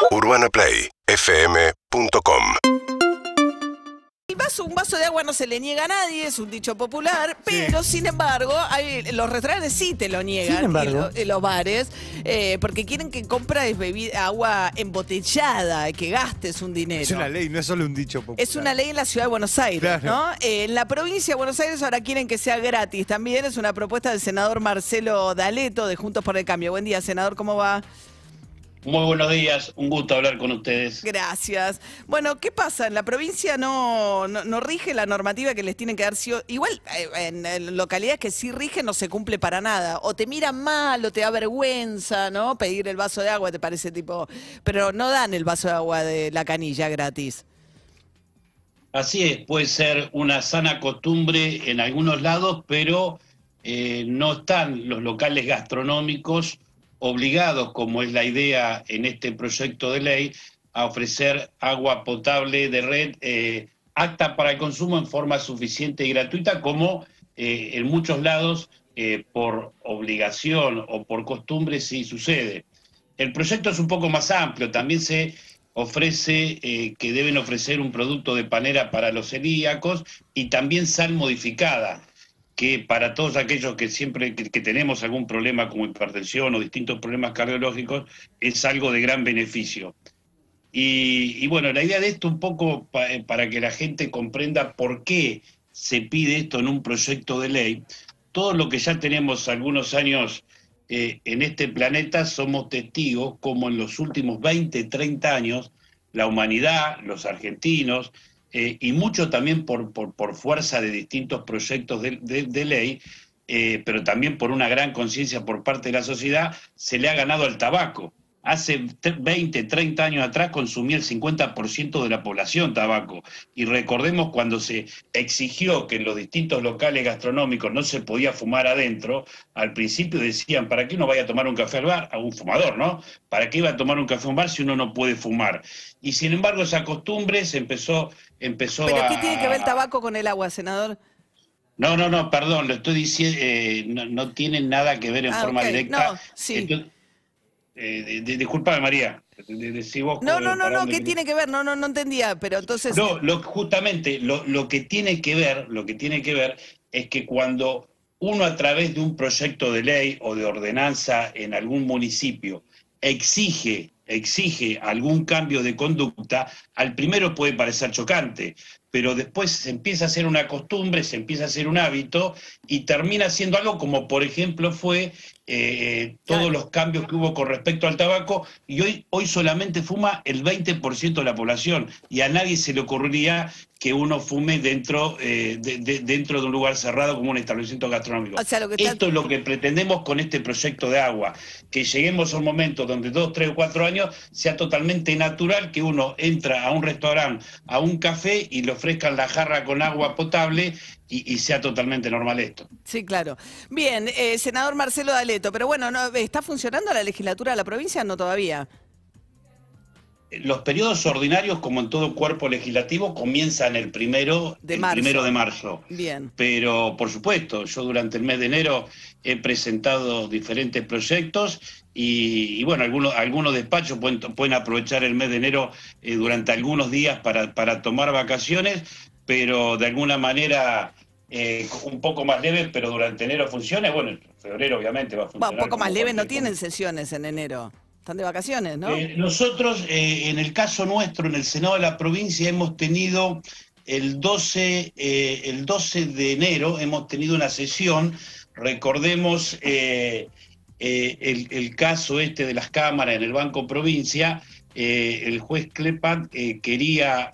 UrbanaPlayFM.com. Un vaso de agua no se le niega a nadie, es un dicho popular, pero sin embargo, los restaurantes sí te lo niegan, y los bares, porque quieren que compres agua embotellada, que gastes un dinero. Es una ley, no es solo un dicho popular. Es una ley en la ciudad de Buenos Aires, claro, ¿no? En la provincia de Buenos Aires ahora quieren que sea gratis también, es una propuesta del senador Marcelo D'Aleto de Juntos por el Cambio. Buen día, senador, ¿cómo va? Muy buenos días, un gusto hablar con ustedes. Gracias. Bueno, ¿qué pasa? En la provincia no rige la normativa que les tienen que dar. Igual en localidades que sí rige no se cumple para nada. O te miran mal o te da vergüenza, ¿no? Pedir el vaso de agua, te parece tipo... Pero no dan el vaso de agua de la canilla gratis. Así es, puede ser una sana costumbre en algunos lados, pero no están los locales gastronómicos obligados, como es la idea en este proyecto de ley, a ofrecer agua potable de red apta para el consumo en forma suficiente y gratuita, como en muchos lados por obligación o por costumbre sí sucede. El proyecto es un poco más amplio, también se ofrece que deben ofrecer un producto de panera para los celíacos y también sal modificada, que para todos aquellos que siempre que tenemos algún problema como hipertensión o distintos problemas cardiológicos, es algo de gran beneficio. Y bueno, la idea de esto un poco para que la gente comprenda por qué se pide esto en un proyecto de ley. Todo lo que ya tenemos algunos años en este planeta, somos testigos como en los últimos 20, 30 años, la humanidad, los argentinos, y mucho también por fuerza de distintos proyectos de ley, pero también por una gran conciencia por parte de la sociedad, se le ha ganado al tabaco. Hace 20, 30 años atrás consumía el 50% de la población tabaco. Y recordemos cuando se exigió que en los distintos locales gastronómicos no se podía fumar adentro, al principio decían, ¿para qué uno vaya a tomar un café al bar? A un fumador, ¿no? ¿Para qué iba a tomar un café a un bar si uno no puede fumar? Y sin embargo esa costumbre se empezó ¿Pero qué tiene que ver el tabaco con el agua, senador? No, perdón, lo estoy diciendo, no tiene nada que ver en forma directa. No, sí. Entonces, disculpame, María. Si vos no, ¿qué tiene que ver? No entendía, pero entonces... No, justamente lo que tiene que ver es que cuando uno a través de un proyecto de ley o de ordenanza en algún municipio exige algún cambio de conducta, al primero puede parecer chocante, pero después se empieza a hacer una costumbre, se empieza a hacer un hábito y termina siendo algo como, por ejemplo, fue todos los cambios que hubo con respecto al tabaco, y hoy solamente fuma el 20% de la población, y a nadie se le ocurriría que uno fume dentro de un lugar cerrado como un establecimiento gastronómico. O sea, esto es lo que pretendemos con este proyecto de agua, que lleguemos a un momento donde 2, 3 o 4 años sea totalmente natural que uno entra a un restaurante, a un café y le ofrezcan la jarra con agua potable y sea totalmente normal esto. Sí, claro. Bien, senador Marcelo D'Aleto, pero bueno, ¿está funcionando la legislatura de la provincia? No todavía. Los periodos ordinarios, como en todo cuerpo legislativo, comienzan el primero de marzo. Bien. Pero, por supuesto, yo durante el mes de enero he presentado diferentes proyectos y bueno, algunos despachos pueden aprovechar el mes de enero durante algunos días para tomar vacaciones, pero de alguna manera un poco más leve, pero durante enero funciona. Bueno, en febrero obviamente va a funcionar. Bueno, un poco más leve, no tienen sesiones en enero. Están de vacaciones, ¿no? Nosotros, en el caso nuestro, en el Senado de la provincia, hemos tenido el 12 de enero, hemos tenido una sesión. Recordemos el caso de las cámaras en el Banco Provincia. El juez Klepan quería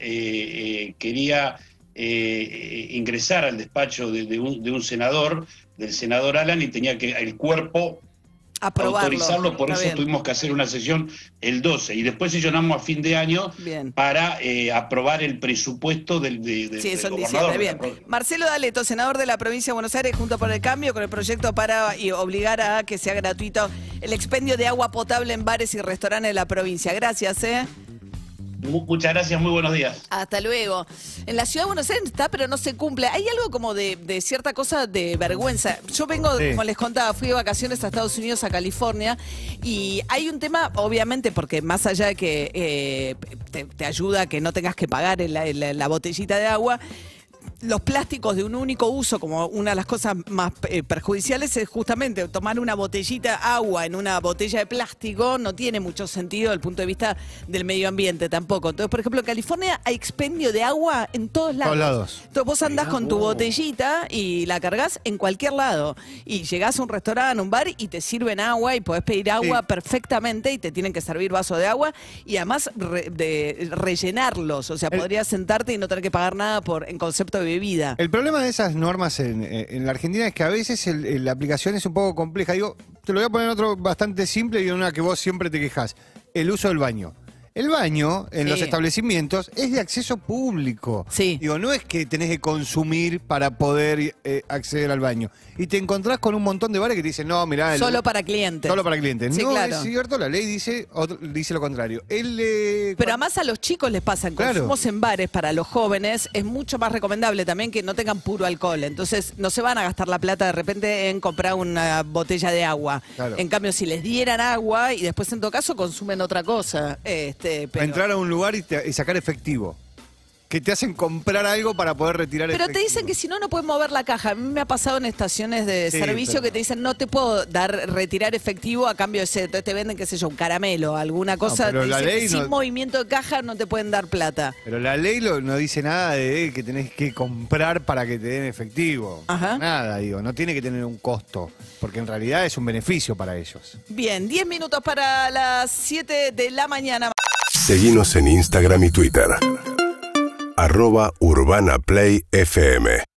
ingresar al despacho de un senador, del senador Alan, y tenía que el cuerpo autorizarlo, por eso tuvimos que hacer una sesión el 12 y después sesionamos a fin de año para aprobar el presupuesto del eso en gobernador. Diciembre, bien. Marcelo D'Aleto, senador de la provincia de Buenos Aires, Juntos por el Cambio, con el proyecto para obligar a que sea gratuito el expendio de agua potable en bares y restaurantes de la provincia. Gracias, Muchas gracias, muy buenos días. Hasta luego. En la ciudad de Buenos Aires está, pero no se cumple. Hay algo como de cierta cosa de vergüenza. Yo vengo, Sí. como les contaba, fui de vacaciones a Estados Unidos, a California, y hay un tema, obviamente, porque más allá de que te ayuda a que no tengas que pagar la botellita de agua, los plásticos de un único uso, como una de las cosas más perjudiciales, es justamente tomar una botellita agua en una botella de plástico. No tiene mucho sentido desde el punto de vista del medio ambiente tampoco. Entonces, por ejemplo, en California hay expendio de agua en todos lados. Todos lados. Entonces vos andás con tu botellita y la cargas en cualquier lado. Y llegás a un restaurante, a un bar y te sirven agua y podés pedir agua perfectamente y te tienen que servir vaso de agua y además de rellenarlos. O sea, podrías sentarte y no tener que pagar nada en concepto de bebida. El problema de esas normas en la Argentina es que a veces la aplicación es un poco compleja. Digo, te lo voy a poner en otro bastante simple y en una que vos siempre te quejás. El uso del baño. El baño en los establecimientos es de acceso público. Sí. Digo, no es que tenés que consumir para poder acceder al baño. Y te encontrás con un montón de bares que te dicen, no, mirá... Solo para clientes. Solo para clientes. Sí, no claro. es cierto, la ley dice lo contrario. Pero además a los chicos les pasan consumos en bares para los jóvenes. Es mucho más recomendable también que no tengan puro alcohol. Entonces no se van a gastar la plata de repente en comprar una botella de agua. Claro. En cambio, si les dieran agua y después en todo caso consumen otra cosa. Pero... entrar a un lugar y sacar efectivo. Que te hacen comprar algo para poder retirar Pero efectivo. te dicen que si no, no puedes mover la caja. A mí me ha pasado en estaciones de servicio pero- que te dicen no te puedo retirar efectivo a cambio de ese. Entonces te venden, qué sé yo, un caramelo, alguna cosa. pero Te la dicen que ley sin no- movimiento de caja no te pueden dar plata. Pero la ley no dice nada de que tenés que comprar para que te den efectivo. Ajá. Nada, digo. No tiene que tener un costo. Porque en realidad es un beneficio para ellos. Bien, 10 minutos para las 7 de la mañana. Seguinos en Instagram y Twitter. @UrbanaPlayFM